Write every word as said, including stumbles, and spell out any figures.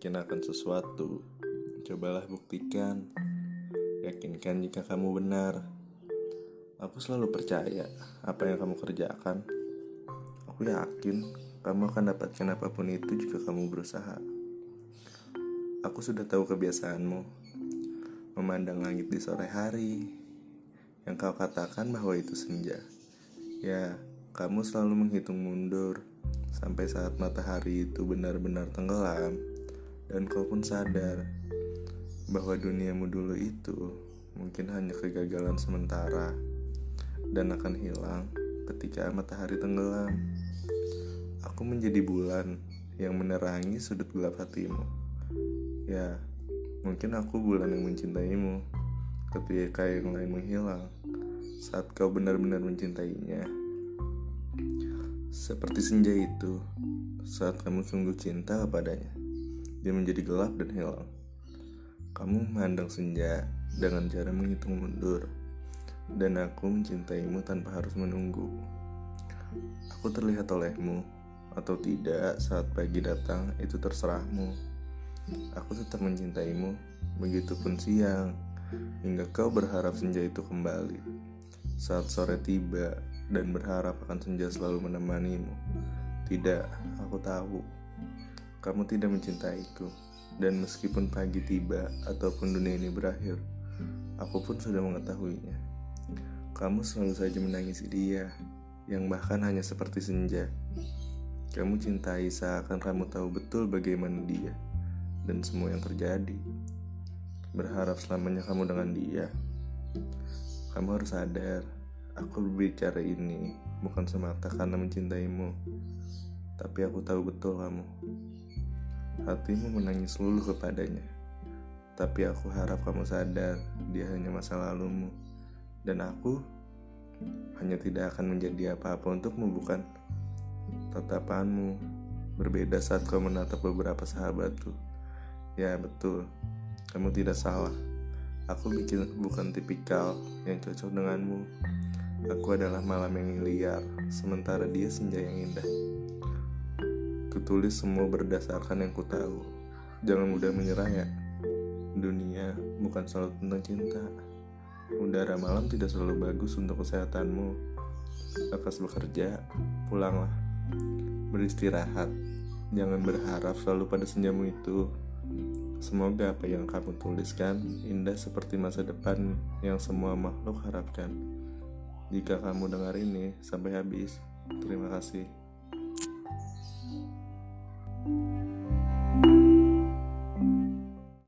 yakin akan sesuatu, cobalah buktikan. Yakinkan jika kamu benar. Aku selalu percaya apa yang kamu kerjakan. Aku yakin kamu akan dapatkan apapun itu jika kamu berusaha. Aku sudah tahu kebiasaanmu, memandang langit di sore hari, yang kau katakan bahwa itu senja. Ya, kamu selalu menghitung mundur sampai saat matahari itu benar-benar tenggelam, dan kau pun sadar bahwa duniamu dulu itu mungkin hanya kegagalan sementara dan akan hilang ketika matahari tenggelam. Aku menjadi bulan yang menerangi sudut gelap hatimu. Ya, mungkin aku bulan yang mencintaimu ketika yang lain menghilang saat kau benar-benar mencintainya. Seperti senja itu, saat kamu sungguh cinta kepadanya, dia menjadi gelap dan hilang. Kamu memandang senja dengan cara menghitung mundur, dan aku mencintaimu tanpa harus menunggu. Aku terlihat olehmu atau tidak saat pagi datang, itu terserahmu. Aku tetap mencintaimu, begitupun siang, hingga kau berharap senja itu kembali saat sore tiba dan berharap akan senja selalu menemanimu. Tidak, aku tahu kamu tidak mencintaiku, dan meskipun pagi tiba ataupun dunia ini berakhir, aku pun sudah mengetahuinya. Kamu selalu saja menangisi dia, yang bahkan hanya seperti senja. Kamu cintai seakan kamu tahu betul bagaimana dia dan semua yang terjadi. Berharap selamanya kamu dengan dia. Kamu harus sadar, aku berbicara ini bukan semata karena mencintaimu, tapi aku tahu betul kamu. Hatimu menangis luluh kepadanya, tapi aku harap kamu sadar dia hanya masa lalumu, dan aku hanya tidak akan menjadi apa-apa untukmu, bukan? Tatapanmu berbeda saat kau menatap beberapa sahabatku. Ya betul, kamu tidak salah. Aku bikin bukan tipikal yang cocok denganmu. Aku adalah malam yang liar, sementara dia senja yang indah. Kutulis semua berdasarkan yang ku tahu. Jangan mudah menyerah ya. Dunia bukan selalu tentang cinta. Udara malam tidak selalu bagus untuk kesehatanmu. Lekas bekerja, pulanglah. Beristirahat. Jangan berharap selalu pada senjamu itu. Semoga apa yang kamu tuliskan indah seperti masa depan yang semua makhluk harapkan. Jika kamu dengar ini sampai habis, terima kasih.